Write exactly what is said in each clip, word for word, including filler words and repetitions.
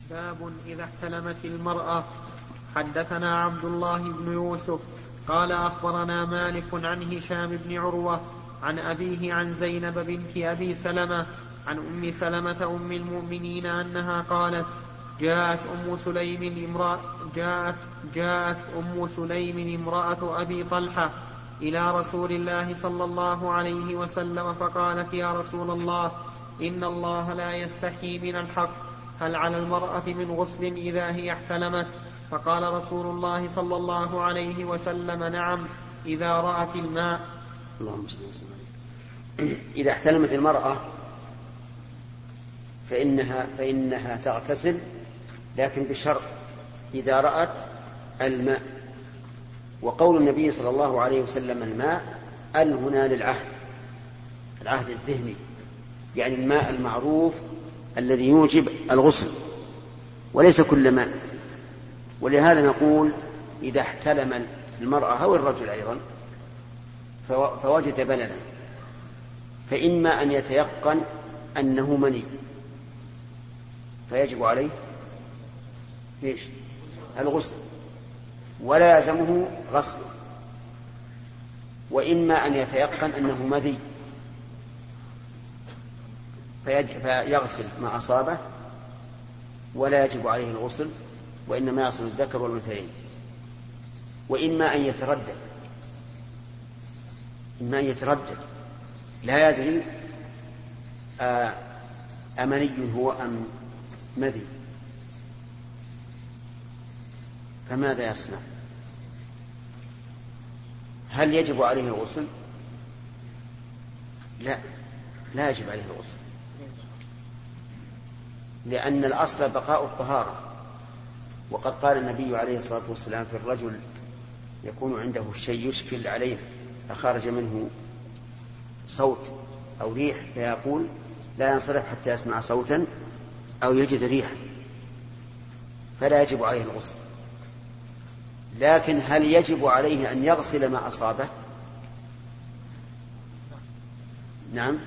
باب إذا احتلمت المرأة. حدثنا عبد الله بن يوسف قال أخبرنا مالك عن هشام بن عروة عن أبيه عن زينب بنت أبي سلمة عن أم سلمة أم المؤمنين أنها قالت: جاءت أم سليم امرأة جاءت, جاءت أم سليم امرأة أبي طلحة إلى رسول الله صلى الله عليه وسلم فقالت: يا رسول الله، إن الله لا يستحيي من الحق، هل على المرأة من غسل إذا هي احتلمت؟ فقال رسول الله صلى الله عليه وسلم: نعم، إذا رأت الماء. اللهم صل وسلم. إذا احتلمت المرأة فإنها, فإنها تغتسل، لكن بشرط إذا رأت الماء. وقول النبي صلى الله عليه وسلم الماء ال هنا للعهد، العهد الذهني، يعني الماء المعروف الذي يوجب الغسل وليس كل ماء. ولهذا نقول إذا احتلم المرأة أو الرجل أيضا فوجد بللا، فإما أن يتيقن أنه مني فيجب عليه إيش؟ الغسل ولا يلزمه غسل، وإما أن يتيقن أنه مذي فيغسل ما أصابه ولا يجب عليه الغسل، وإنما يصل الذكر والأنثيين. وإما أن يتردد، إما أن يتردد لا يدري أمني هو أم مذي، فماذا يصنع؟ هل يجب عليه الغسل؟ لا، لا يجب عليه الغسل، لأن الأصل بقاء الطهارة. وقد قال النبي عليه الصلاة والسلام في الرجل يكون عنده شيء يشكل عليه فخرج منه صوت أو ريح فيقول لا ينصرف حتى يسمع صوتا أو يجد ريحا، فلا يجب عليه الغسل. لكن هل يجب عليه أن يغسل ما أصابه؟ نعم.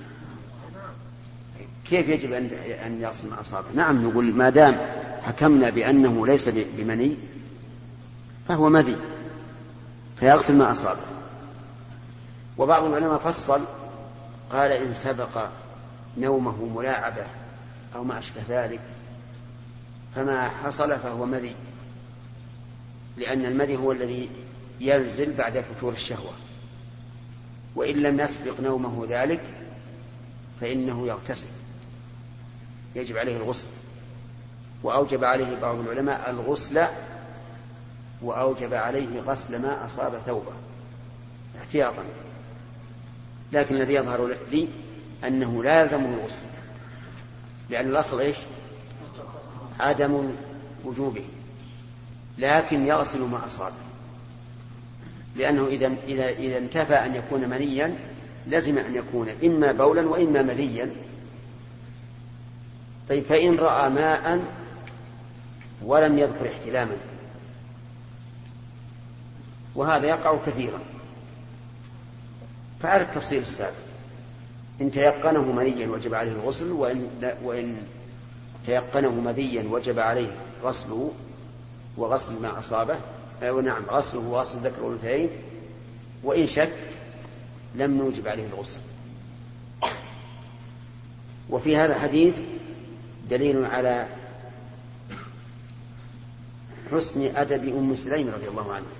كيف يجب أن يغسل ما أصابه؟ نعم، نقول ما دام حكمنا بأنه ليس بمني فهو مذي فيغسل ما أصابه. وبعض العلماء فصل قال إن سبق نومه ملاعبة أو ما أشبه ذلك فما حصل فهو مذي، لأن المذي هو الذي ينزل بعد فتور الشهوة، وإن لم يسبق نومه ذلك فإنه يغتسل، يجب عليه الغسل. وأوجب عليه بعض العلماء الغسل وأوجب عليه غسل ما أصاب ثوبه احتياطا، لكن الذي يظهر لي أنه لا يلزمه الغسل، لأن الأصل إيش؟ عدم وجوبه، لكن يغسل ما أصابه، لأنه إذا, إذا, إذا انتفى أن يكون منيا لازم أن يكون إما بولا وإما مذيا. طيب فإن رأى ماء ولم يذكر احتلاما، وهذا يقع كثيرا، فعلى التفصيل السابق إن تيقنه منيا وجب عليه الغسل، وإن, وإن تيقنه مذيا وجب عليه غسله وغسل ما أصابه، ونعم غسله وغسل الذكر والأنثيين، وإن شك لم نوجب عليه الغسل. وفي هذا الحديث دليل على حسن أدب أم سليم رضي الله عنها،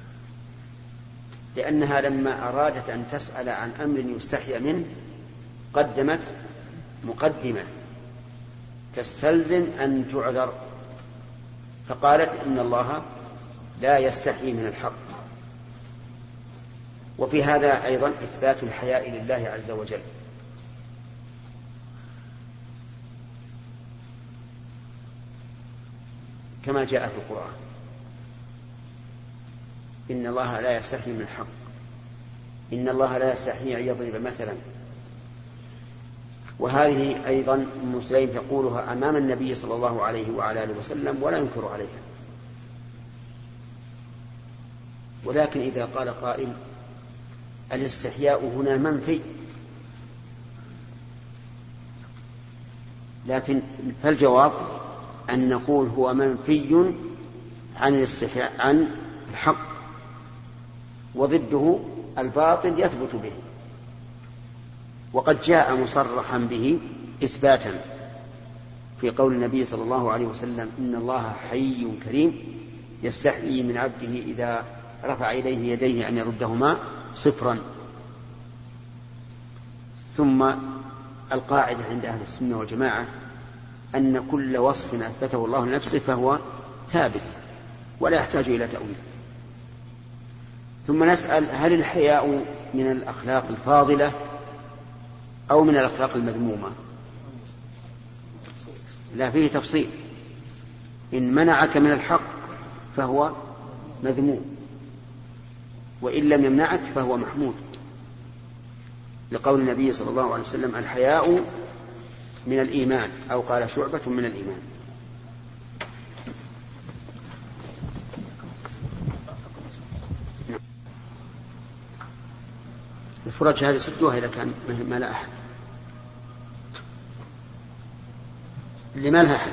لأنها لما أرادت أن تسأل عن أمر يستحيا منه قدمت مقدمة تستلزم أن تعذر، فقالت إن الله لا يستحيي من الحق. وفي هذا أيضا إثبات الحياء لله عز وجل، كما جاء في القرآن إن الله لا يستحيي من الحق، إن الله لا يستحيي أن يضرب مثلا. وهذه أيضا أم سليم تقولها أمام النبي صلى الله عليه وعلى آله وسلم ولا ينكر عليها. ولكن إذا قال قائل الاستحياء هنا منفي، لكن فالجواب أن نقول هو منفي عن الاستحياء عن الحق، وضده الباطل يثبت به، وقد جاء مصرحا به إثباتا في قول النبي صلى الله عليه وسلم: إن الله حي كريم يستحيي من عبده إذا رفع إليه يديه أن يردهما صفرا. ثم القاعدة عند أهل السنة والجماعة أن كل وصف أثبته الله لنفسه فهو ثابت ولا يحتاج إلى تأويل. ثم نسأل: هل الحياء من الأخلاق الفاضلة أو من الأخلاق المذمومة؟ لا، فيه تفصيل. إن منعك من الحق فهو مذموم، وإن لم يمنعك فهو محمود، لقول النبي صلى الله عليه وسلم: الحياء من الإيمان، أو قال شعبة من الإيمان. الفرج هذه سدوها إذا كان ما لا أحد. اللي ما لها أحد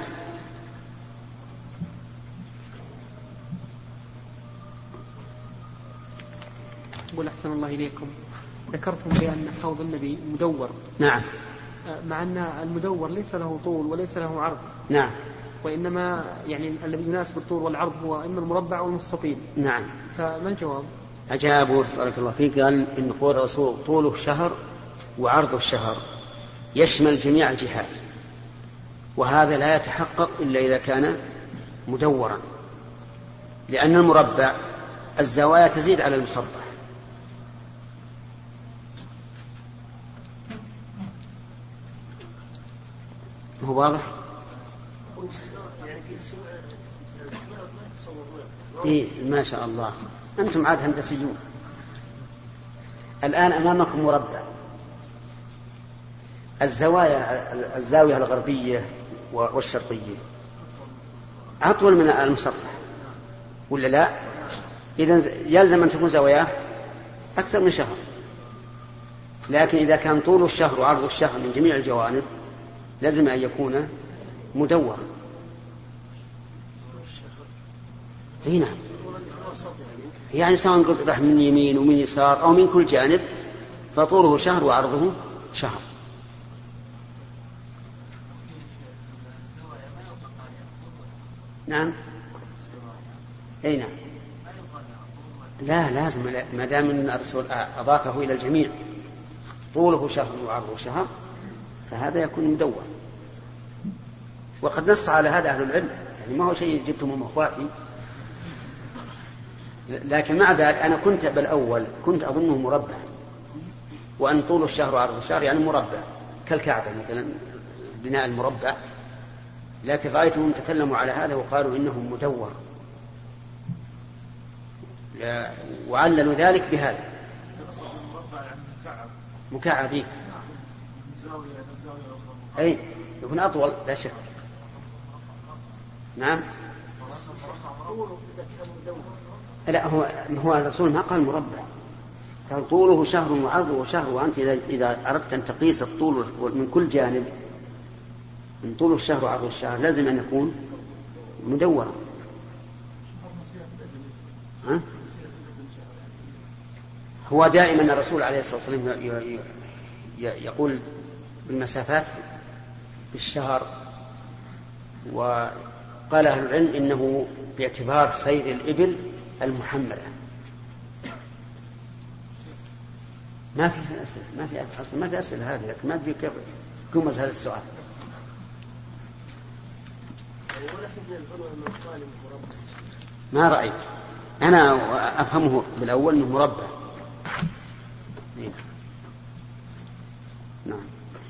أقول أحسن الله إليكم، ذكرتم بأن حوض النبي مدور. نعم. مع أن المدور ليس له طول وليس له عرض. نعم. وإنما يعني الذي يناسب الطول والعرض هو إما المربع أو المستطيل. نعم. فما الجواب؟ أجابه بارك الله فيك، قال إن قول الرسول طوله شهر وعرضه الشهر يشمل جميع الجهات، وهذا لا يتحقق إلا إذا كان مدورا، لأن المربع الزوايا تزيد على المصبح. هو واضح؟ إيه ما شاء الله، أنتم عاد هندسيون. الآن أمامكم مربع، الزوايا الزاوية الغربية والشرقية أطول من المسطح ولا لا؟ إذن يلزم أن تكون زواياه أكثر من شهر. لكن إذا كان طول الشهر وعرض الشهر من جميع الجوانب لازم أن يكون مدورا. هنا يعني سواء قطع من يمين ومن يسار أو من كل جانب فطوله شهر وعرضه شهر. نعم. أي نعم. لا لازم، ما دام أن الرسول أضافه إلى الجميع طوله شهر وعرضه شهر فهذا يكون مدور. وقد نص على هذا أهل العلم، يعني ما هو شيء جبته من أخواتي. لكن مع ذلك أنا كنت بالأول كنت أظنه مربع، وأن طول الشهر وعرض الشهر يعني مربع كالكعبة مثلا بناء المربع، لكن رأيتهم تكلموا على هذا وقالوا إنه مدور، وعللوا ذلك بهذا مكعب. أي يكون أطول لا شك. نعم. لا هو هو الرسول ما قال مربع، قال طوله شهر وعرضه شهر. وأنت إذا إذا أردت أن تقيس الطول من كل جانب من طول الشهر وعرض الشهر لازم أن يكون مدورا. ها؟ هو دائما الرسول عليه الصلاة والسلام يقول بالمسافات بالشهر، وقال أهل العلم إنه باعتبار سير الإبل المحملة. ما في أسئلة، ما في أصلا ما في أسئلة هذه، لكن ما في كيف كمز هذا السؤال. ما رأيت أنا أفهمه بالأول أنه مربع. نعم.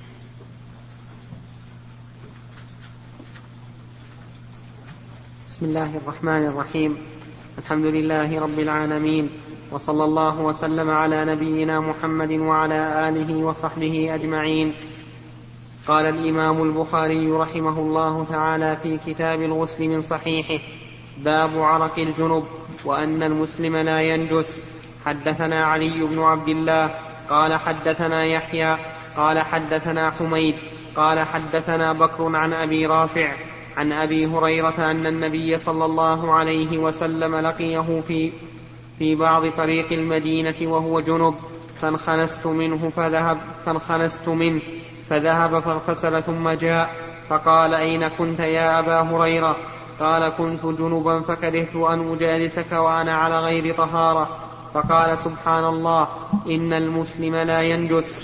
بسم الله الرحمن الرحيم. الحمد لله رب العالمين، وصلى الله وسلم على نبينا محمد وعلى آله وصحبه أجمعين. قال الإمام البخاري رحمه الله تعالى في كتاب الغسل من صحيحه: باب عرق الجنب وأن المسلم لا ينجس. حدثنا علي بن عبد الله قال حدثنا يحيى قال حدثنا حميد قال حدثنا بكر عن أبي رافع عن أبي هريرة أن النبي صلى الله عليه وسلم لقيه في في بعض طريق المدينة وهو جنب فانخنست منه فذهب فانخنست منه فذهب فاغتسل ثم جاء فقال أين كنت يا أبا هريرة؟ قال كنت جنبا فكرهت أن أجالسك وأنا على غير طهارة. فقال سبحان الله إن المسلم لا ينجس.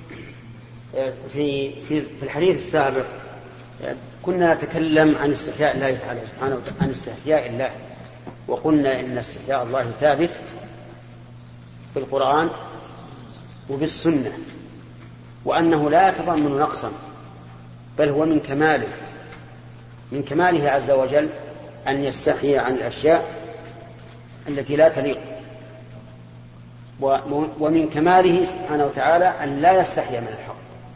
في في الحديث السابق كنا نتكلم عن استحياء الله تعالى سبحانه وتعالى، عن استحياء الله، وقلنا إن استحياء الله ثابت بالقرآن وبالسنة، وأنه لا يتضمن نقصا، بل هو من كماله من كماله عز وجل أن يستحيي عن الأشياء التي لا تليق، ومن كماله سبحانه وتعالى أن لا يستحيي من الحق.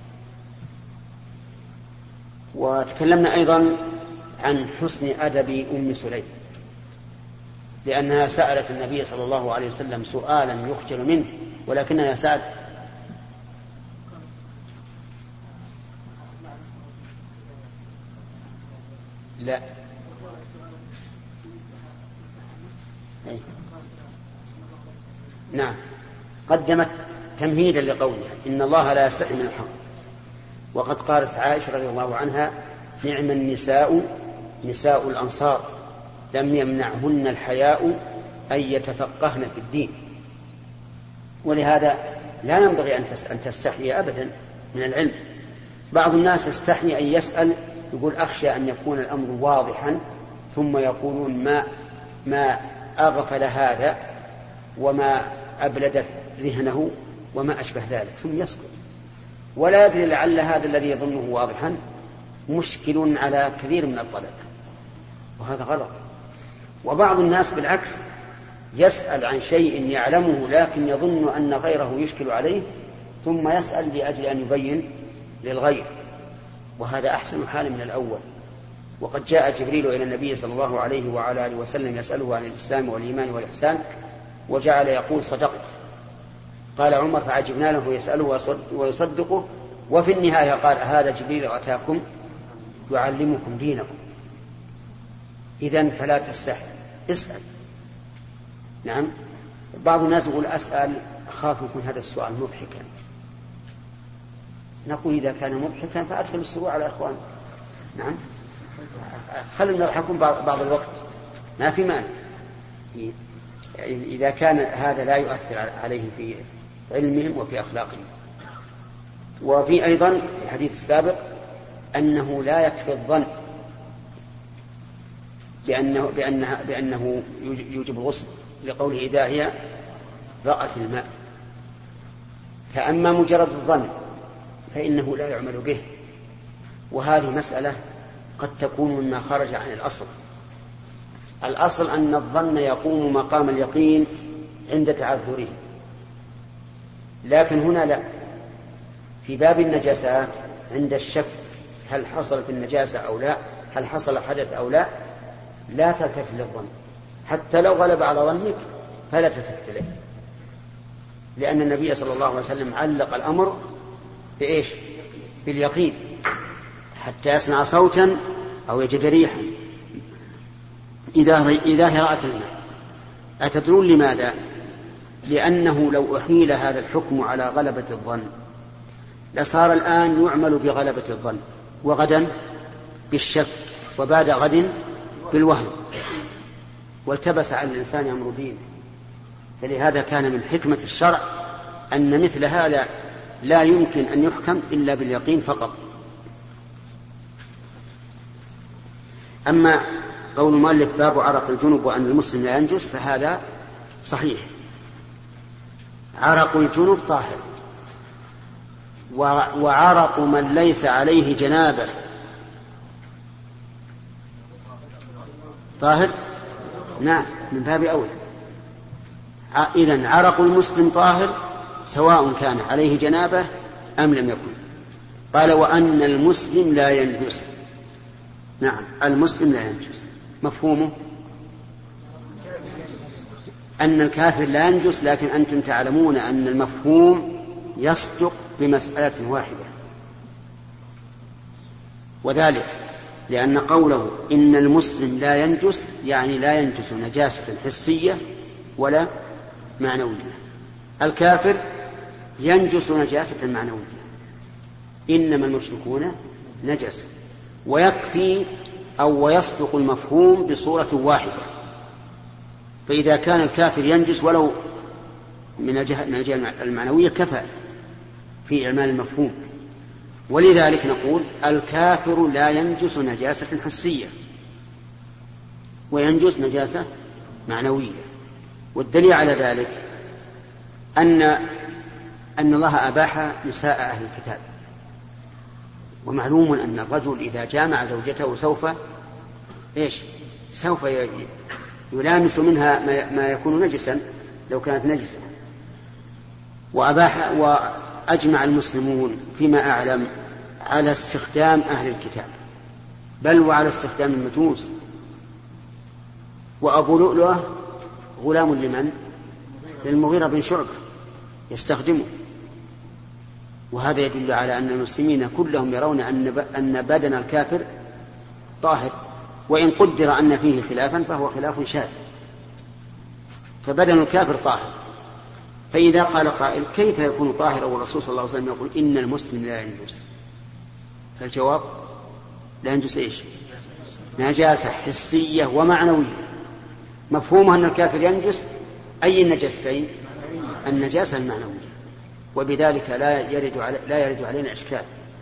وتكلمنا أيضا عن حسن أدب أم سليم، لأنها سألت النبي صلى الله عليه وسلم سؤالا يخجل منه، ولكنها سألت لا أي. نعم، قدمت تمهيدا لقولها إن الله لا يستحي من الحق. وقد قالت عائشة رضي الله عنها نعم النساء نساء الأنصار لم يمنعهن الحياء أن يتفقهن في الدين. ولهذا لا ينبغي أن تستحي أبدا من العلم. بعض الناس يستحي أن يسأل، يقول أخشى أن يكون الأمر واضحا ثم يقولون ما ما أغفل هذا وما أبلد ذهنه وما أشبه ذلك، ثم يسكت ولا يدري لعل هذا الذي يظنه واضحا مشكل على كثير من الطلبة، وهذا غلط. وبعض الناس بالعكس يسأل عن شيء يعلمه لكن يظن أن غيره يشكل عليه ثم يسأل لأجل أن يبين للغير، وهذا أحسن حال من الأول. وقد جاء جبريل إلى النبي صلى الله عليه وعلى آله وسلم يسأله عن الإسلام والإيمان والإحسان وجعل يقول صدقت. قال عمر فعجبنا له يسأله ويصدقه، وفي النهاية قال هذا جبريل أتاكم يعلمكم دينكم. إذن فلا تستحي، اسأل. نعم، بعض الناس يقول أسأل أخاف يكون هذا السؤال مضحكا. نقول إذا كان مضحكا فأدخل السرور على أخوانك. نعم، خلوا نضحكون بعض الوقت ما في مانع إذا كان هذا لا يؤثر عليهم في علمهم وفي أخلاقهم. وفي أيضا في الحديث السابق أنه لا يكفي الظن بأنه, بأنه, بأنه يوجب الغسل، لقوله إذا هي رأت الماء. فأما مجرد الظن فإنه لا يعمل به، وهذه مسألة قد تكون مما خرج عن الأصل. الأصل أن الظن يقوم مقام اليقين عند تعذره، لكن هنا لا. في باب النجاسات عند الشك هل حصلت النجاسة أو لا، هل حصل حدث أو لا، لا تلتفت للظن حتى لو غلب على ظنك فلا تلتفت له، لأن النبي صلى الله عليه وسلم علق الأمر بإيش؟ باليقين، حتى يسمع صوتا أو يجد ريحا إذا إذا هي رأت الماء. أتدرون لماذا؟ لأنه لو أحيل هذا الحكم على غلبة الظن لصار الآن يعمل بغلبة الظن، وغدا بالشك، وبعد غد بالوهم، والتبس على الإنسان أمر دينه. فلهذا كان من حكمة الشرع أن مثل هذا لا يمكن أن يحكم إلا باليقين فقط. أما قول المؤلف باب عرق الجنب وأن المسلم لا ينجس فهذا صحيح. عرق الجنب طاهر، وعرق من ليس عليه جنابه طاهر، نعم من باب أولى. إذن عرق المسلم طاهر سواء كان عليه جنابه أم لم يكن. قال وأن المسلم لا ينجس. نعم، المسلم لا ينجس مفهومه أن الكافر لا ينجس، لكن أنتم تعلمون أن المفهوم يصدق بمسألة واحدة، وذلك لأن قوله إن المسلم لا ينجس يعني لا ينجس نجاسة حسية ولا معنوية. الكافر ينجس نجاسة معنوية، إنما المشركون نجس، ويكفي أو ويصدق المفهوم بصورة واحدة. فإذا كان الكافر ينجس ولو من الجهة المعنوية كفى في إعمال المفهوم. ولذلك نقول الكافر لا ينجس نجاسة حسية وينجس نجاسة معنوية. والدليل على ذلك أن أن الله أباح نساء أهل الكتاب، ومعلوم أن الرجل إذا جامع زوجته سوف إيش سوف يلامس منها ما يكون نجسا لو كانت نجسة. وأباح وأجمع المسلمون فيما أعلم على استخدام أهل الكتاب، بل وعلى استخدام المجوس. وأبو لؤلؤة غلام لمن؟ للمغيرة بن شعبة يستخدمه. وهذا يدل على أن المسلمين كلهم يرون أن بدن الكافر طاهر، وإن قدر أن فيه خلافا فهو خلاف شاذ، فبدن الكافر طاهر. فإذا قال قائل كيف يكون طاهرا والرسول صلى الله عليه وسلم يقول إن المسلم لا ينجس؟ فالجواب لا ينجس إيش؟ نجاسة حسية ومعنوية. مفهومها أن الكافر ينجس أي النجستين؟ النجاسة المعنوية، وبذلك لا يرد علي لا يرد علينا إشكال.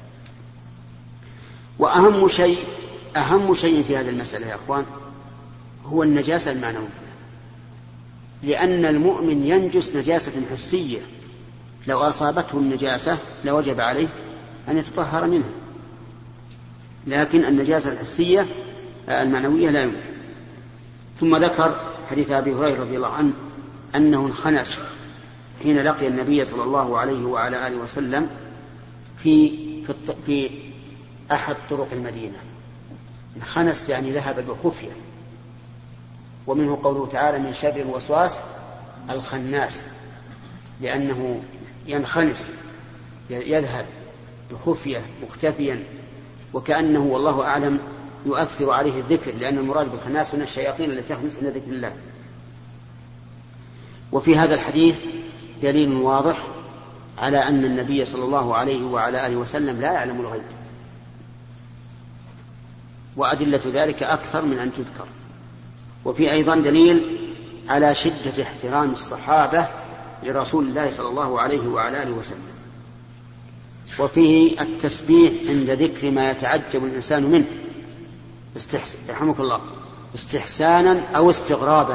وأهم شيء أهم شيء في هذه المسألة يا أخوان هو النجاسة المعنوية، لأن المؤمن ينجس نجاسة حسية، لو أصابته النجاسة لوجب عليه أن يتطهر منها، لكن النجاسة الحسية المعنوية لا يمكن. ثم ذكر حديث أبي هريرة رضي الله عنه أنه انخنس حين لقي النبي صلى الله عليه وعلى آله وسلم في في, في أحد طرق المدينة. انخنس يعني ذهب بخفية، ومنه قوله تعالى من شر الوسواس الخناس، لأنه ينخنس يذهب بخفية مختفيا، وكأنه والله أعلم يؤثر عليه الذكر، لأن المراد بالخناس هنا الشياطين التي تخنس إلى ذكر الله. وفي هذا الحديث دليل واضح على أن النبي صلى الله عليه وعلى آله وسلم لا يعلم الغيب، وأدلة ذلك أكثر من أن تذكر. وفي أيضا دليل على شدة احترام الصحابة لرسول الله صلى الله عليه وعلى آله وسلم. وفيه التسبيح عند ذكر ما يتعجب الإنسان منه، استحس... رحمك الله استحسانا أو استغرابا.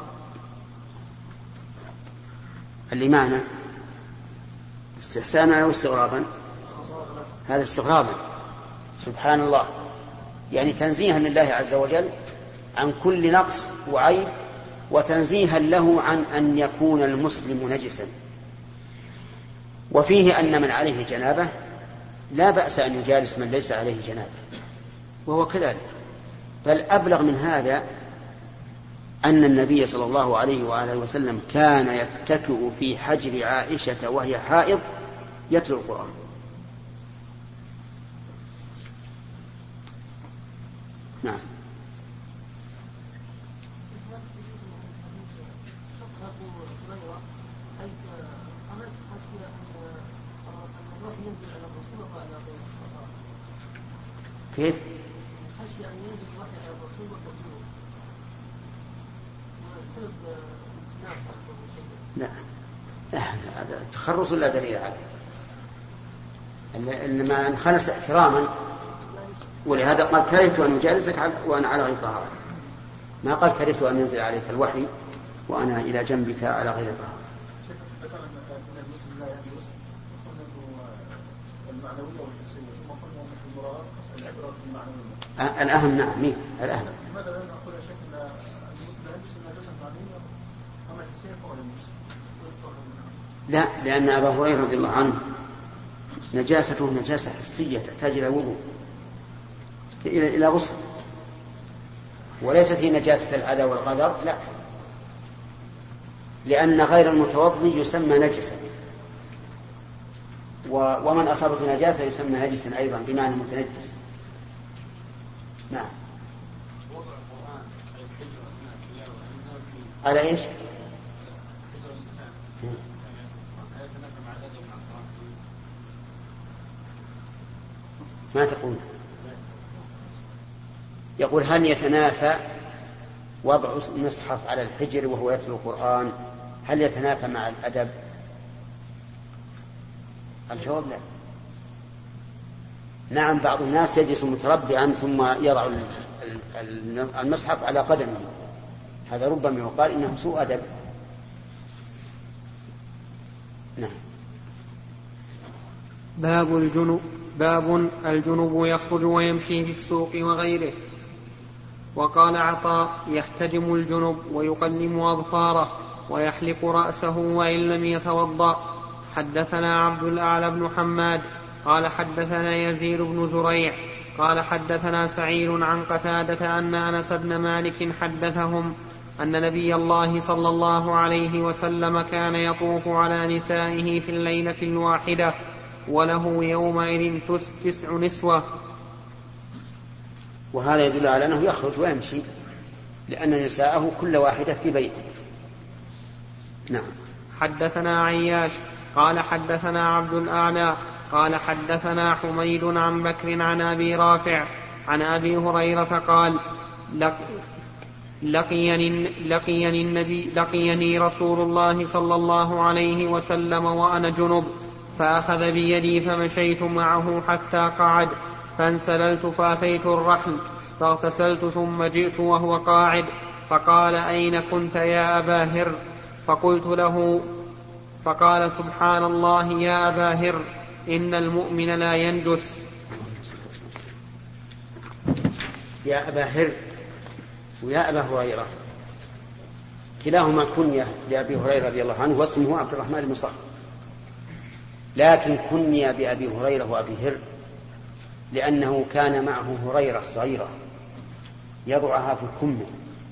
اللي معنى استحسانا أو استغرابا هذا استغرابا، سبحان الله، يعني تنزيها لله عز وجل عن كل نقص وعيب، وتنزيها له عن أن يكون المسلم نجسا. وفيه أن من عليه جنابه لا بأس أن يجالس من ليس عليه جنابه، وهو كذلك. بل أبلغ من هذا أن النبي صلى الله عليه وآله وسلم كان يتكئ في حجر عائشة وهي حائض يتلو القرآن. نعم. كيف؟ لا هذا تخرص ولا دليل عليه؟ إنما انخنس احتراما، ولهذا قال كرهت أن أجالسك وأنا على غير طهارة، ما قال كرهت أن ينزل عليك الوحي وأنا إلى جنبك على غير طهارة. الأهم نعم مين الأهم؟ لا، لأن أبا هريرة رضي الله عنه نجاسته نجاسة حسية تحتاج إلى وضوء إلى إلى غسل، وليست هي نجاسة الأذى والقدر، لا، لأن غير المتوضي يسمى نجسا، ومن أصابته نجاسة يسمى نجسا أيضا بمعنى متنجس. نعم. على إيش؟ ما تقول؟ يقول هل يتنافى وضع المصحف على الحجر وهو يتلو القرآن، هل يتنافى مع الأدب؟ الجواب لا. نعم، بعض الناس يجلس متربعا ثم يضع المصحف على قدمه، هذا ربما يقال إنه سوء أدب. نعم. باب الجنوب باب الجنوب يخرج ويمشي في السوق وغيره. وقال عطاء: يحتجم الجنب ويقلم أظفاره ويحلق رأسه وإن لم يتوضأ. حدثنا عبد الأعلى بن حماد قال حدثنا يزيد بن زريع قال حدثنا سعيد عن قتادة أن أنس بن مالك حدثهم أن نبي الله صلى الله عليه وسلم كان يطوف على نسائه في الليلة الواحدة وله يومئذ تسع نسوة. وهذا يدل على أنه يخرج ويمشي، لأن نساءه كل واحدة في بيته. نعم. حدثنا عياش قال حدثنا عبد الأعلى قال حدثنا حميد عن بكر عن أبي رافع عن أبي هريرة قال: لقيني, لقيني, النبي لقيني رسول الله صلى الله عليه وسلم وأنا جنب، فأخذ بيدي فمشيت معه حتى قعد، فانسللت فأتيت الرحل فاغتسلت ثم جئت وهو قاعد، فقال: أين كنت يا أبا هر؟ فقلت له، فقال: سبحان الله يا أبا هر، إن المؤمن لا ينجس. يا أبا هر ويا أبا هريرة كلاهما كنية لأبي هريرة رضي الله عنه، واسمه عبد الرحمن بن صخر، لكن كني بأبي هريرة وأبي هر لأنه كان معه هريرة صغيرة يضعها في كمه،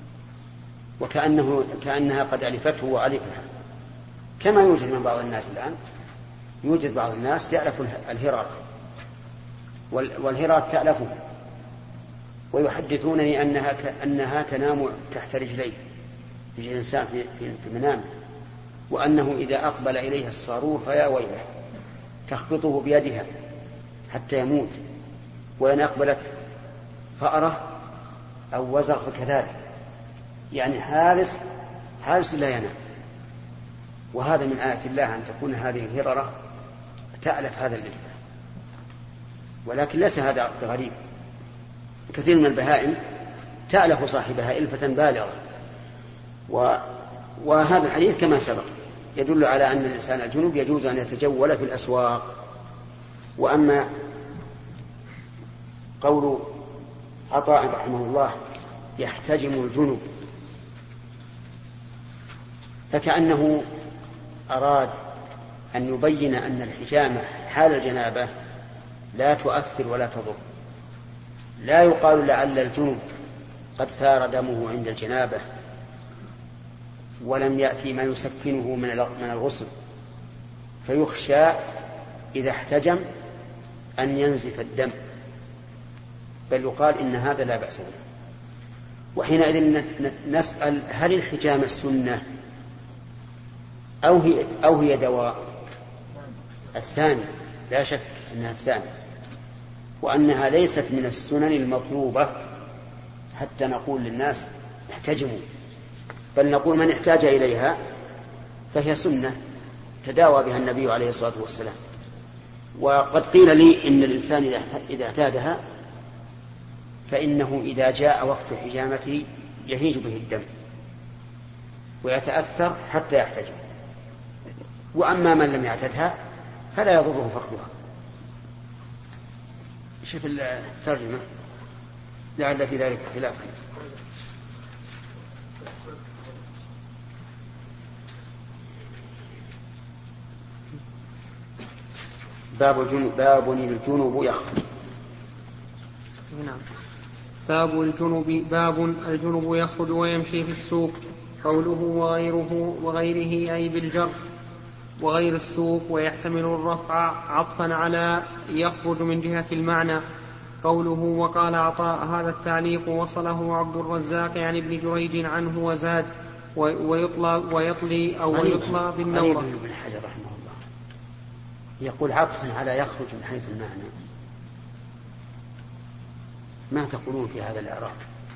وكأنه كأنها قد ألفته وألفها، كما يوجد من بعض الناس الآن. يوجد بعض الناس يألف الهرار والهرات تألفه، ويحدثونني أنها أنها تنام تحت رجليه رجل الإنسان في في منامه، وأنه إذا أقبل إليها الصاروخ فيا ويله تخبطه بيدها حتى يموت، وإن أقبلت فأرة أو وزغ فكذلك، يعني حارس حارس لا ينام. وهذا من آيات الله أن تكون هذه الهررة تألف هذا الإلفة، ولكن ليس هذا بغريب، كثير من البهائم تألف صاحبها إلفة بالغة. وهذا الحديث كما سبق يدل على أن الإنسان الجنوب يجوز أن يتجول في الأسواق. وأما قول عطاء رحمه الله يحتجم الجنوب، فكأنه أراد أن يبين أن الحجامة حال الجنابة لا تؤثر ولا تضر. لا يقال لعل الجنوب قد ثار دمه عند الجنابة ولم يأتي ما يسكنه من الغسل، فيخشى إذا احتجم أن ينزف الدم، بل يقال إن هذا لا بأس به. وحينئذ نسأل: هل الحجامة السنة أو هي, أو هي دواء؟ الثاني، لا شك أنها الثاني، وأنها ليست من السنن المطلوبة حتى نقول للناس احتجموا، بل نقول من احتاج إليها فهي سنة تداوى بها النبي عليه الصلاة والسلام. وقد قيل لي إن الإنسان إذا اعتادها فإنه إذا جاء وقت حجامته يهيج به الدم ويتأثر حتى يحتجم، وأما من لم يعتدها فلا يضره فقدها. شوف الترجمة لعل في ذلك خلافا. باب الجنوب باب الجنوب يخرج. نعم. باب الجنوب باب الجنوب يخرج ويمشي في السوق. قوله وغيره وغيره أي بالجر وغير السوق، ويحتمل الرفع عطفا على يخرج من جهة المعنى. قوله وقال عطاء هذا التعليق وصله عبد الرزاق عن ابن جريج عنه وزاد ويطلى ويطلي أو ويطلى بالنورة. ابن حجر رحمه الله يقول عطفا على يخرج من حيث المعنى. ما تقولون في هذا الإعراب؟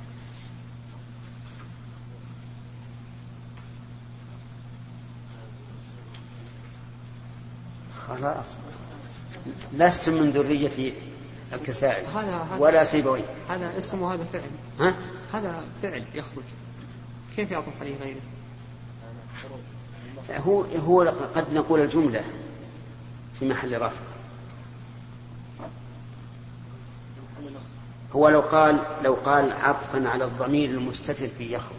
خلاص لستم من ذرية الكسائي ولا سيبويه. هذا اسم وهذا فعل. ها؟ هذا فعل يخرج، كيف يعطف عليه غيره؟ هو هو قد نقول الجملة في محل رفع. هو لو قال لو قال عطفا على الضمير المستتر في يخرج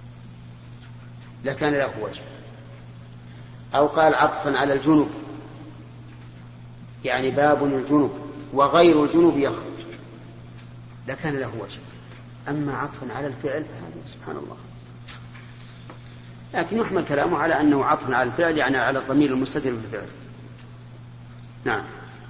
لكان له وجه، أو قال عطفا على الجنب يعني باب الجنب وغير الجنب يخرج لكان له وجه. أما عطفا على الفعل هذا سبحان الله. لكن يحمل كلامه على أنه عطفا على الفعل يعني على الضمير المستتر في الفعل. نعم.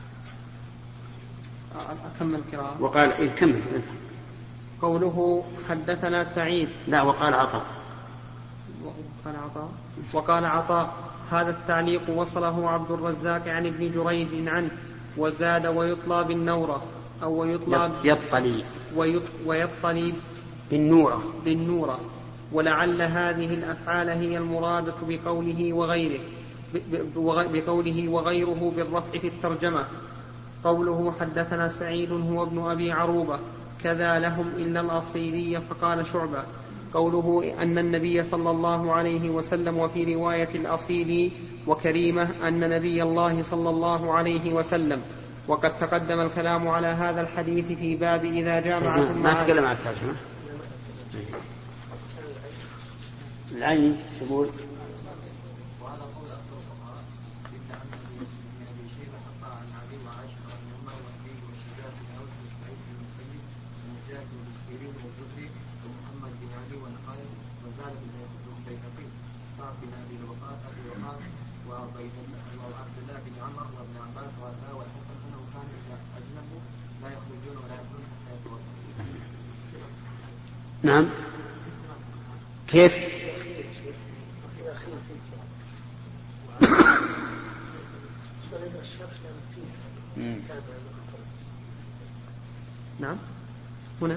أكمل قراءة. وقال إيه كمل. قوله حدثنا سعيد. لا وقال عطاء. وقال عطاء. وقال عطاء هذا التعليق وصله عبد الرزاق عن ابن جريج عنه وزاد ويطلى بالنورة أو ويطلى يطلي ويطلي بالنورة بالنورة. ولعل هذه الأفعال هي المرادة بقوله وغيره بقوله وغيره بالرفع في الترجمة. قوله حدثنا سعيد هو ابن أبي عروبة كذا لهم إلا الأصيلي فقال شعبة. قوله أن النبي صلى الله عليه وسلم وفي رواية الأصيلي وكريمة أن نبي الله صلى الله عليه وسلم. وقد تقدم الكلام على هذا الحديث في باب إذا جامع ثم ما تكلم عن الترجمة. العين تقول نعم. كيف؟ نعم هنا.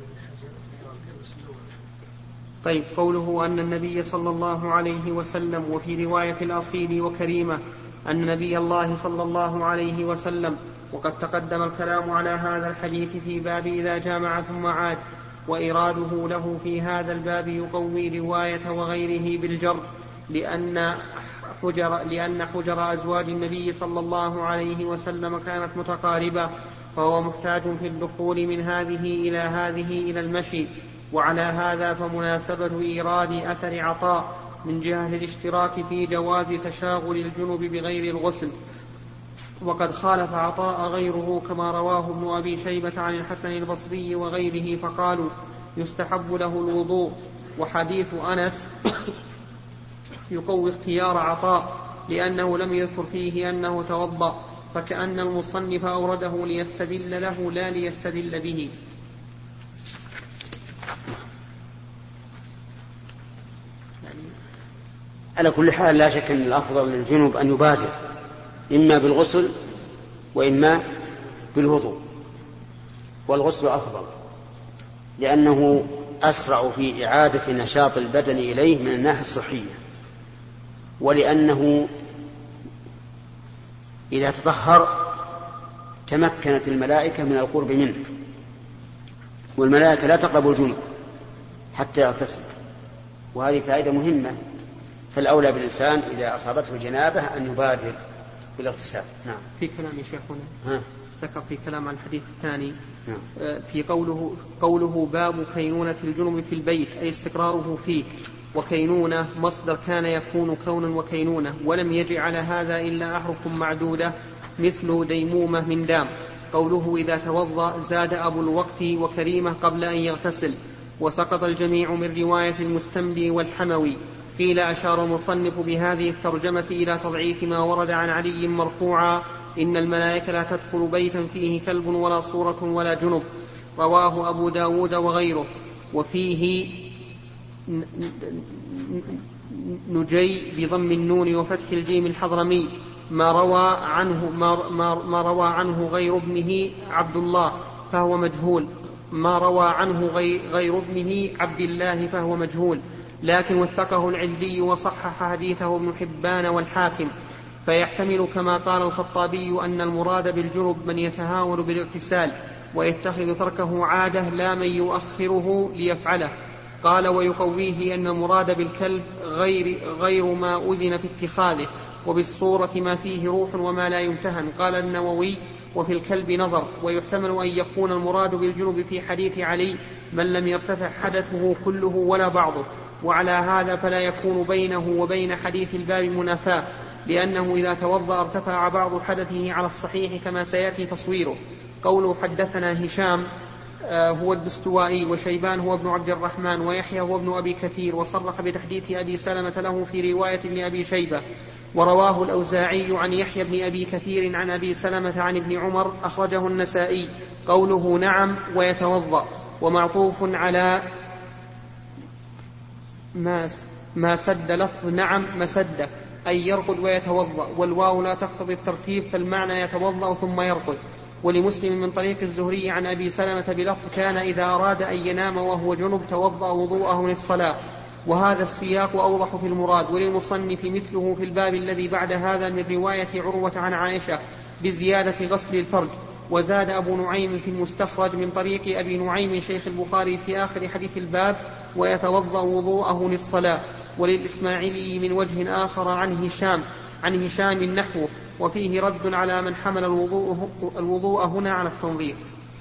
طيب قوله أن النبي صلى الله عليه وسلم وفي رواية الأصيل وكريمة أن نبي الله صلى الله عليه وسلم. وقد تقدم الكلام على هذا الحديث في باب إذا جامع ثم عاد. وإراده له في هذا الباب يقوي رواية وغيره بالجر لأن حجر, لأن حجر أزواج النبي صلى الله عليه وسلم كانت متقاربة فهو محتاج في الدخول من هذه إلى هذه إلى المشي. وعلى هذا فمناسبة إيراد أثر عطاء من جهة الاشتراك في جواز تشاغل الجنب بغير الغسل. وقد خالف عطاء غيره كما رواه ابن أبي شيبة عن الحسن البصري وغيره فقالوا يستحب له الوضوء. وحديث أنس يقوي اختيار عطاء لأنه لم يذكر فيه أنه توضأ فكأن المصنف أورده ليستدل له لا ليستدل به. على كل حال لا شك أن الأفضل للجنوب أن يبادر إما بالغسل وإما بالوضوء، والغسل أفضل لأنه أسرع في إعادة نشاط البدن إليه من الناحية الصحية، ولأنه إذا تطهر تمكنت الملائكة من القرب منه، والملائكة لا تقرب الجنوب حتى يغتسل، وهذه فائدة مهمة. فالأولى بالإنسان إذا أصابته الجنابة أن يبادر بالاغتسال. نعم. في كلام شيخنا ها. ذكر في كلام عن الحديث الثاني. نعم. في قوله قوله باب كينونة الجنب في البيت أي استقراره فيه، وكينونة مصدر كان يكون كونا وكينونة، ولم يجع على هذا إلا أحرف معدودة مثل ديمومة من دام. قوله إذا توضأ زاد أبو الوقت وكريمة قبل أن يغتسل، وسقط الجميع من رواية المستملي والحموي. قيل أشار المصنف بهذه الترجمة إلى تضعيف ما ورد عن علي مرفوعا إن الملائكة لا تدخل بيتا فيه كلب ولا صورة ولا جنب. رواه أبو داود وغيره. وفيه نجي بضم النون وفتح الجيم الحضرمي ما روى عنه, ما, ما, ما روى عنه غير ابنه عبد الله فهو مجهول ما روى عنه غير ابنه عبد الله فهو مجهول، لكن وثقه العجلي وصحح حديثه ابن حبان والحاكم، فيحتمل كما قال الخطابي أن المراد بالجنب من يتهاون بالاغتسال ويتخذ تركه عادة لا من يؤخره ليفعله. قال ويقويه أن المراد بالكلب غير, غير ما أذن في اتخاذه، وبالصورة ما فيه روح وما لا يمتهن. قال النووي وفي الكلب نظر، ويحتمل أن يكون المراد بالجنب في حديث علي من لم يرتفع حدثه كله ولا بعضه، وعلى هذا فلا يكون بينه وبين حديث الباب منافاة، لأنه إذا توضأ ارتفع بعض حدثه على الصحيح كما سيأتي تصويره. قوله حدثنا هشام هو الدستوائي، وشيبان هو ابن عبد الرحمن، ويحيى هو ابن أبي كثير، وصرح بتحديث أبي سلمة له في رواية ابن أبي شيبة. ورواه الأوزاعي عن يحيى بن أبي كثير عن أبي سلمة عن ابن عمر، أخرجه النسائي. قوله نعم ويتوضأ ومعطوف على ما, ما سد لفظ نعم مسد، أي يرقد ويتوضأ، والواو لا تقتضي الترتيب، فالمعنى يتوضأ ثم يرقد. ولمسلم من طريق الزهري عن أبي سلمة بلفظ كان إذا أراد أن ينام وهو جنب توضأ وضوءه للصلاة، وهذا السياق أوضح في المراد. وللمصنف مثله في الباب الذي بعد هذا من رواية عروة عن عائشة بزيادة غسل الفرج. وزاد أبو نعيم في المستخرج من طريق أبي نعيم شيخ البخاري في آخر حديث الباب ويتوضأ وضوءه للصلاة. وللإسماعيلي من وجه آخر عن هشام عن هشام نحوه، وفيه رد على من حمل الوضوء, الوضوء هنا على التنظيف.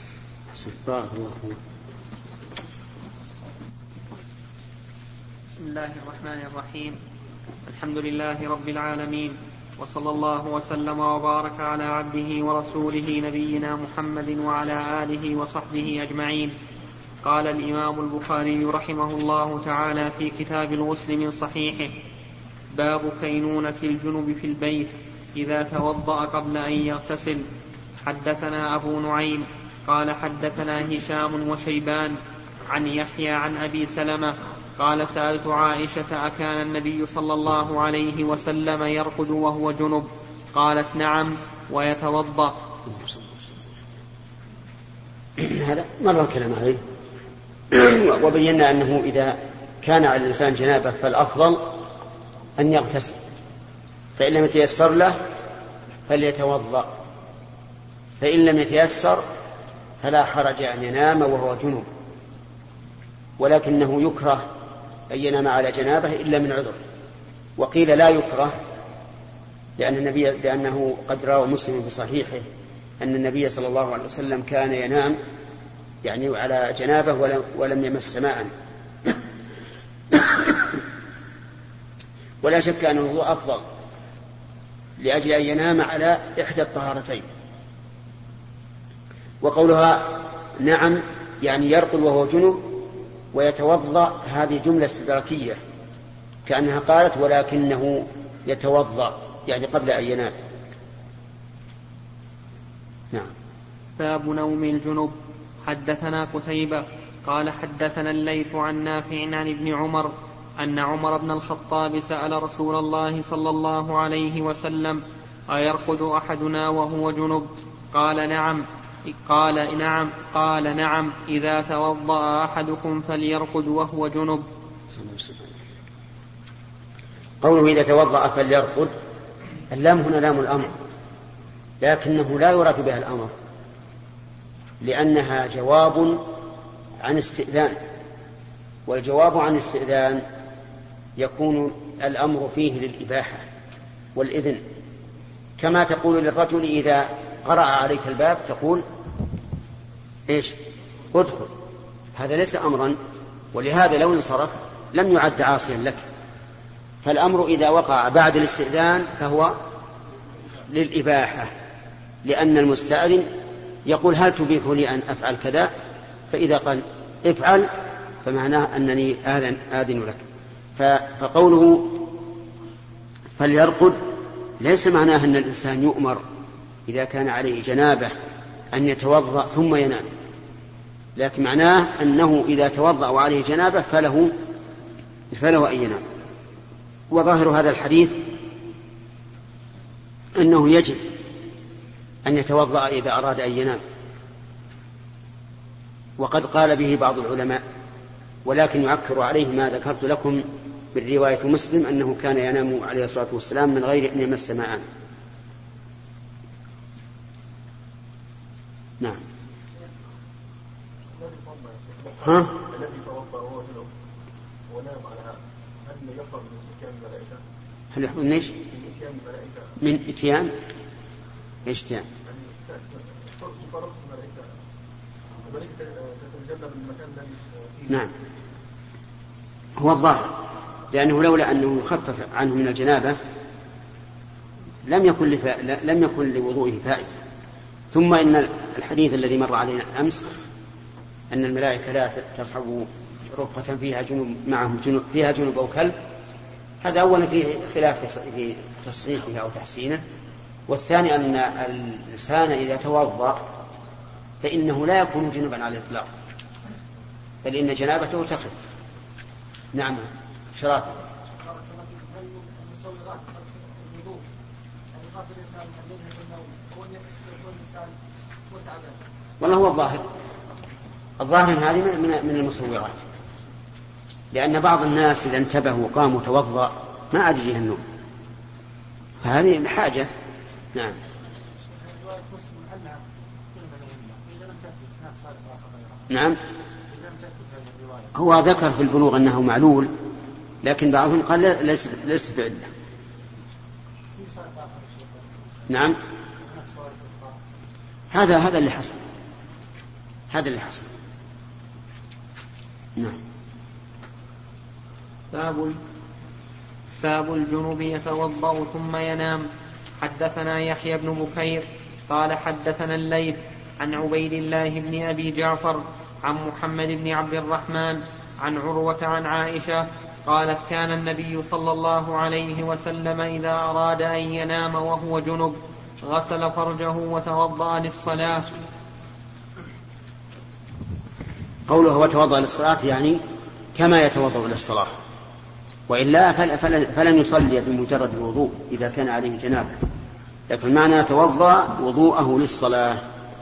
بسم الله الرحمن الرحيم. الحمد لله رب العالمين، وصلى الله وسلم وبارك على عبده ورسوله نبينا محمد وعلى آله وصحبه أجمعين. قال الإمام البخاري رحمه الله تعالى في كتاب الغسل من صحيحه: باب كينونة الجنب في البيت إذا توضأ قبل أن يغتسل. حدثنا أبو نعيم قال حدثنا هشام وشيبان عن يحيى عن أبي سلمة قال سألت عائشة أكان النبي صلى الله عليه وسلم يرقد وهو جنب؟ قالت نعم ويتوضأ. هذا مر الكلام عليه، وبينا أنه إذا كان على الإنسان جنابه فالأفضل أن يغتسل، فإن لم يتيسر له فليتوضأ، فإن لم يتيسر فلا حرج أن ينام وهو جنب، ولكنه يكره أن ينام على جنابه إلا من عذر. وقيل لا يكره لأن النبي لأنه قد روى مسلم في صحيحه أن النبي صلى الله عليه وسلم كان ينام يعني على جنابه ولم, ولم يمس ماء. ولا شك أن الوضوء أفضل لأجل أن ينام على إحدى الطهارتين. وقولها نعم يعني يرقد وهو جنب ويتوضأ، هذه جملة استدراكية كأنها قالت ولكنه يتوضأ يعني قبل أن ينام. نعم. باب نوم الجنب. حدثنا قتيبة قال حدثنا الليث عن نافع عن ابن عمر أن عمر بن الخطاب سأل رسول الله صلى الله عليه وسلم: أيرقد أحدنا وهو جنب؟ قال نعم. قال نعم قال نعم إذا توضأ أحدكم فليرقد وهو جنب. قوله إذا توضأ فليرقد، اللام هنا لام الأمر، لكنه لا يراد بها الأمر، لأنها جواب عن استئذان، والجواب عن استئذان يكون الأمر فيه للإباحة والإذن، كما تقول للرجل إذا قرأ عليك الباب تقول إيش؟ ادخل. هذا ليس أمرا، ولهذا لو انصرف لم يعد عاصيا لك. فالأمر إذا وقع بعد الاستئذان فهو للإباحة، لأن المستأذن يقول هل تبيح لي أن أفعل كذا؟ فإذا قال افعل فمعناه أنني آذن, آذن لك. فقوله فليرقد ليس معناه أن الإنسان يؤمر إذا كان عليه جنابة أن يتوضأ ثم ينام، لكن معناه أنه إذا توضأ وعليه جنابة فله فله أن ينام. وظاهر هذا الحديث أنه يجب أن يتوضأ إذا أراد أن ينام، وقد قال به بعض العلماء، ولكن يعكر عليه ما ذكرت لكم بالرواية مسلم أنه كان ينام عليه الصلاة والسلام من غير أن يمس ماء. نعم. ها؟ الذي توضأ وهو جنوب ونام على هذا هل يفرغ من اتيان الملائكة؟ هل يحصل من ايش؟ من اتيان الملائكة. من اتيان؟ ايش اتيان؟ يعني فرق الملائكة، الملائكة تتجنب المكان الذي فيه. نعم، هو الظاهر، لأنه لولا أنه يخفف عنه من الجنابة لم يكن لفا... لم يكن لوضوئه فائدة. ثم إن الحديث الذي مر علينا أمس أن الملائكة لا تصحب رفقة فيها جنوب معهم جنوب فيها جنوب أو كلب، هذا أولا فيه خلاف في تصحيحه أو تحسينه، والثاني أن الإنسان إذا توضأ فإنه لا يكون جنوبا على الإطلاق، بل إن جنابته تخف. نعم شرافة. والله هو الظاهر الظاهر من هذه من المصورات، لأن بعض الناس إذا انتبهوا وقاموا توضأ ما عاد يجيه النوم، فهذه حاجة. نعم. نعم، هو ذكر في البلوغ أنه معلول، لكن بعضهم قال ليس بعلة. نعم، هذا هذا اللي حصل هذا اللي حصل نعم. باب باب الجنوب يتوضأ ثم ينام. حدثنا يحيى بن بكير قال حدثنا الليث عن عبيد الله بن أبي جعفر عن محمد بن عبد الرحمن عن عروة عن عائشة قالت كان النبي صلى الله عليه وسلم إذا أراد أن ينام وهو جنب غسل فرجه وتوضأ للصلاة. قوله وتوضأ للصلاة يعني كما يتوضأ للصلاة، وإلا فلن يصلي بمجرد الوضوء إذا كان عليه جنابه، لكن المعنى يتوضأ وضوءه للصلاة.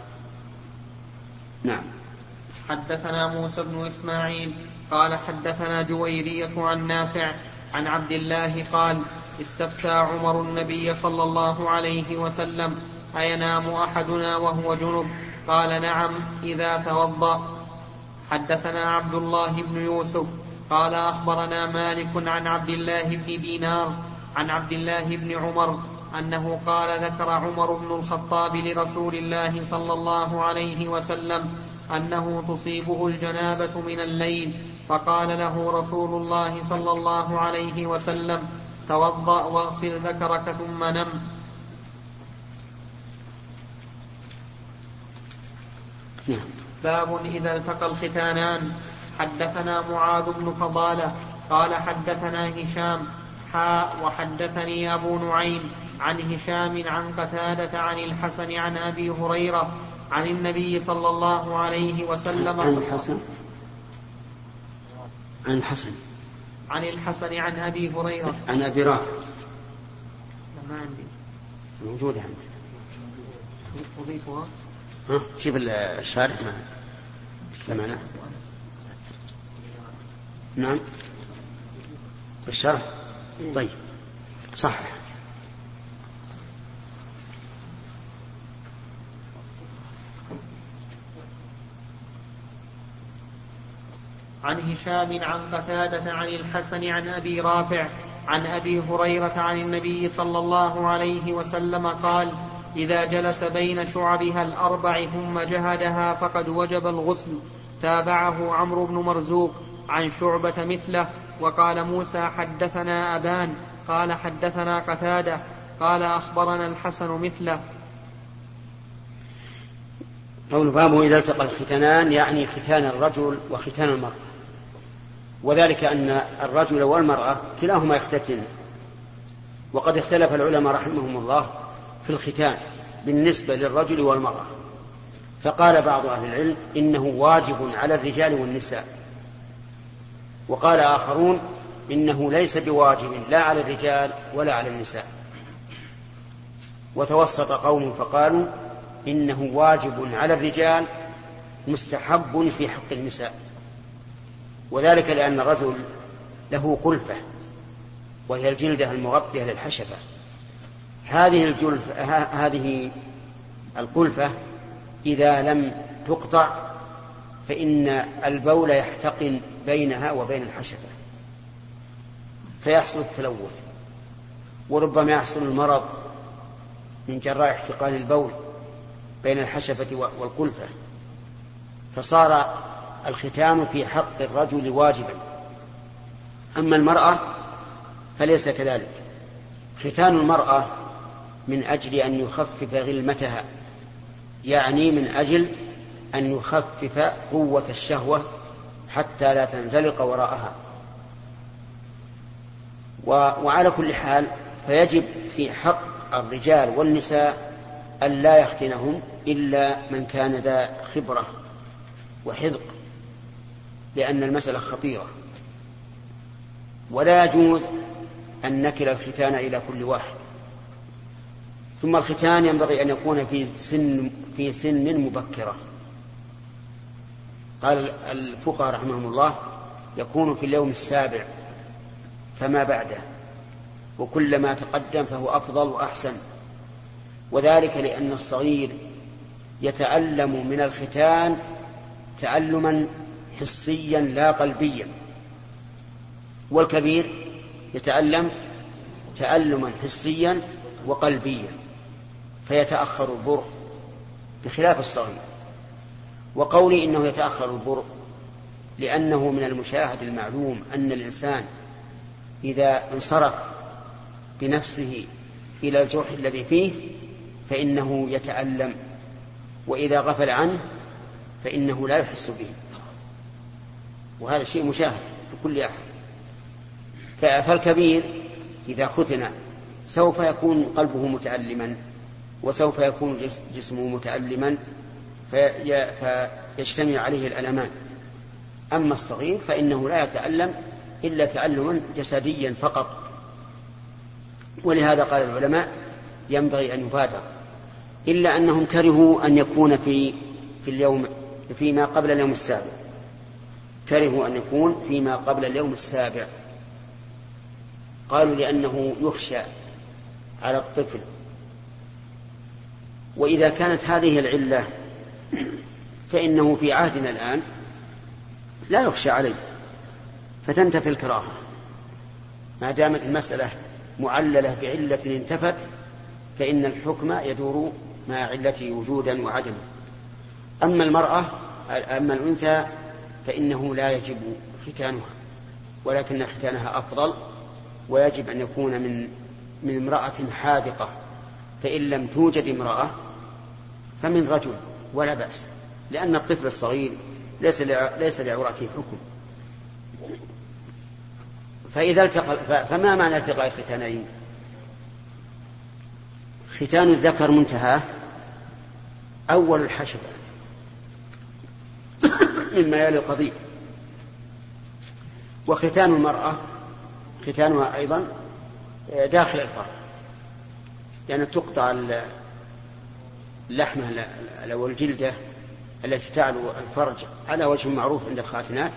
نعم. حدثنا موسى بن إسماعيل قال حدثنا جويرية عن نافع عن عبد الله قال استفتى عمر النبي صلى الله عليه وسلم أينام أحدنا وهو جنب؟ قال نعم إذا توضأ. حدثنا عبد الله بن يوسف قال أخبرنا مالك عن عبد الله بن دينار عن عبد الله بن عمر أنه قال ذكر عمر بن الخطاب لرسول الله صلى الله عليه وسلم أنه تصيبه الجنابة من الليل، فقال له رسول الله صلى الله عليه وسلم توضأ واغسل ذكرك ثم نم. باب إذا التقى الختانان. حدثنا معاذ بن فضالة قال حدثنا هشام حاء وحدثني أبو نعيم عن هشام عن قتادة عن الحسن عن أبي هريرة عن النبي صلى الله عليه وسلم عن الحسن عن الحسن عن الحسن عن أبي هريرة عن أبي رافع. ما عندي موجودة عندي. أضيفها. ها شوف الشارح ما معناه. نعم بالشرح. طيب صح. عن هشام عن قتادة عن الحسن عن أبي رافع عن أبي هريرة عن النبي صلى الله عليه وسلم قال إذا جلس بين شعبها الأربع ثم جهدها فقد وجب الغسل. تابعه عمرو بن مرزوق عن شعبة مثله. وقال موسى حدثنا أبان قال حدثنا قتادة قال أخبرنا الحسن مثله. قول بابه إذا التقى الختانان يعني ختان الرجل وختان المرأة، وذلك أن الرجل والمرأة كلاهما يختتن، وقد اختلف العلماء رحمهم الله في الختان، بالنسبة للرجل والمرأة. فقال بعض أهل العلم إنه واجب على الرجال والنساء، وقال آخرون إنه ليس بواجب لا على الرجال ولا على النساء. وتوسط قوم فقالوا إنه واجب على الرجال مستحب في حق النساء، وذلك لأن الرجل له قلفة وهي الجلدة المغطية للحشفة. هذه الجلفة هذه القلفة إذا لم تقطع فإن البول يحتقن بينها وبين الحشفة فيحصل التلوث، وربما يحصل المرض من جراء احتقان البول بين الحشفة والقلفة، فصار الختان في حق الرجل واجبا. أما المرأة فليس كذلك. ختان المرأة من أجل أن يخفف غلمتها، يعني من أجل أن يخفف قوة الشهوة حتى لا تنزلق وراءها. وعلى كل حال فيجب في حق الرجال والنساء أن لا يختنهم إلا من كان ذا خبرة وحذق، لأن المسألة خطيرة، ولا يجوز أن نكل الختان إلى كل واحد. ثم الختان ينبغي أن يكون في سن في سن مبكرة. قال الفقهاء رحمهم الله يكون في اليوم السابع فما بعده، وكلما تقدم فهو أفضل وأحسن، وذلك لأن الصغير يتألم من الختان تألما حسيا لا قلبيا، والكبير يتألم تألما حسيا وقلبيا، فيتأخر البرء بخلاف الصغير. وقولي إنه يتأخر البرء لأنه من المشاهد المعلوم أن الإنسان إذا انصرف بنفسه إلى الجرح الذي فيه فإنه يتألم، وإذا غفل عنه فإنه لا يحس به، وهذا شيء مشاهد لكل أحد. فالكبير إذا ختن سوف يكون قلبه متألما وسوف يكون جسمه متألما فيجتمع عليه الألمان. أما الصغير فإنه لا يتألم إلا تألما جسديا فقط. ولهذا قال العلماء ينبغي أن يبادر، إلا أنهم كرهوا أن يكون في في اليوم فيما قبل اليوم السابع، كرهوا أن يكون فيما قبل اليوم السابع. قالوا لأنه يخشى على الطفل، وإذا كانت هذه العلة فإنه في عهدنا الآن لا يخشى عليه فتنتفي الكراهة ما دامت المسألة معللة بعلة انتفت، فإن الحكم يدور مع علته وجودا وعدما. أما المرأة أما الأنثى فإنه لا يجب ختانها، ولكن ختانها أفضل، ويجب أن يكون من من امرأة حاذقة، فإن لم توجد امرأة فمن رجل ولا بأس، لأن الطفل الصغير ليس ليس لعورته حكم. فإذا التقى فما معنى التقاء الختانين؟ ختان الذكر منتهى أول الحشفة مما يلي القضيب، وختان المرأة ختانها أيضا داخل الفرج، يعني تقطع اللحمة أو الجلدة التي تعلو الفرج على وجه معروف عند الخاتنات،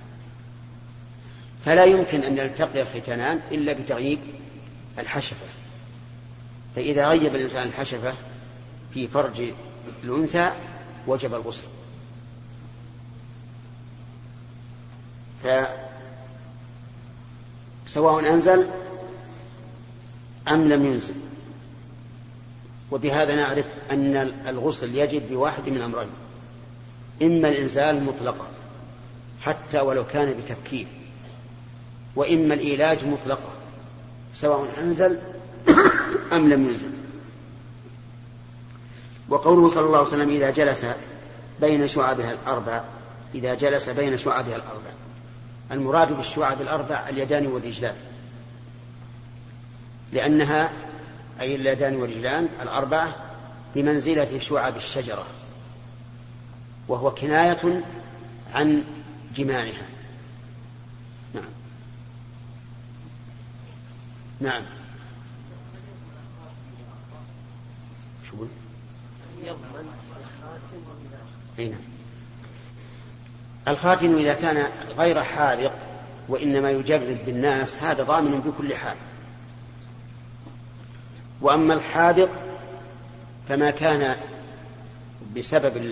فلا يمكن أن يلتقي الختانان إلا بتغييب الحشفة. فإذا غيب الإنسان الحشفة في فرج الأنثى وجب الغسل. فسواء أنزل أم لم ينزل. وبهذا نعرف أن الغسل يجب بواحد من أمرين: إما الإنزال مطلقا حتى ولو كان بتفكير، وإما الإيلاج مطلقا سواء أنزل أم لم ينزل. وقوله صلى الله عليه وسلم إذا جلس بين شعبها الأربع إذا جلس بين شعبها الأربع، المراد بالشعب الأربع اليدان والرجلان، لأنها أي اليدان والرجلان الأربعة بمنزلة شعب الشجرة، وهو كناية عن جماعها. نعم نعم. شو بقول؟ هنا الخاتم إذا كان غير حاذق وإنما يجرد بالناس هذا ضامن بكل حال. وأما الحاذق فما كان بسبب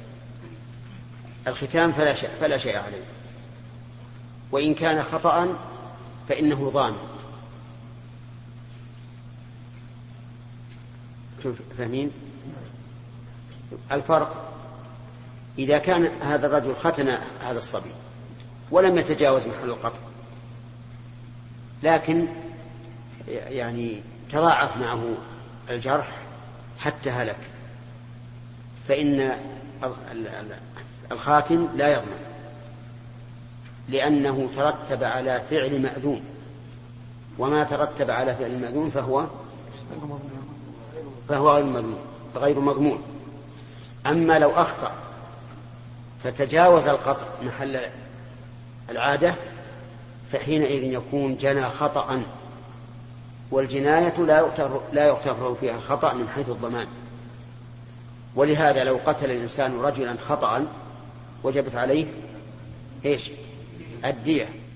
الختام فلا شيء, فلا شيء عليه، وإن كان خطأ فإنه ضامن. فاهمين الفرق؟ إذا كان هذا الرجل ختن هذا الصبي ولم يتجاوز محل القطع، لكن يعني تضاعف معه الجرح حتى هلك، فإن الخاتم لا يضمن، لأنه ترتب على فعل مأذون، وما ترتب على فعل مأذون فهو فهو غير مضمون غير مضمون. أما لو أخطأ فتجاوز القطع محل العادة فحينئذ يكون جنى خطأ، والجناية لا يغتفر فيها الخطأ من حيث الضمان. ولهذا لو قتل الإنسان رجلا خطأ وجبت عليه إيش؟ الدية،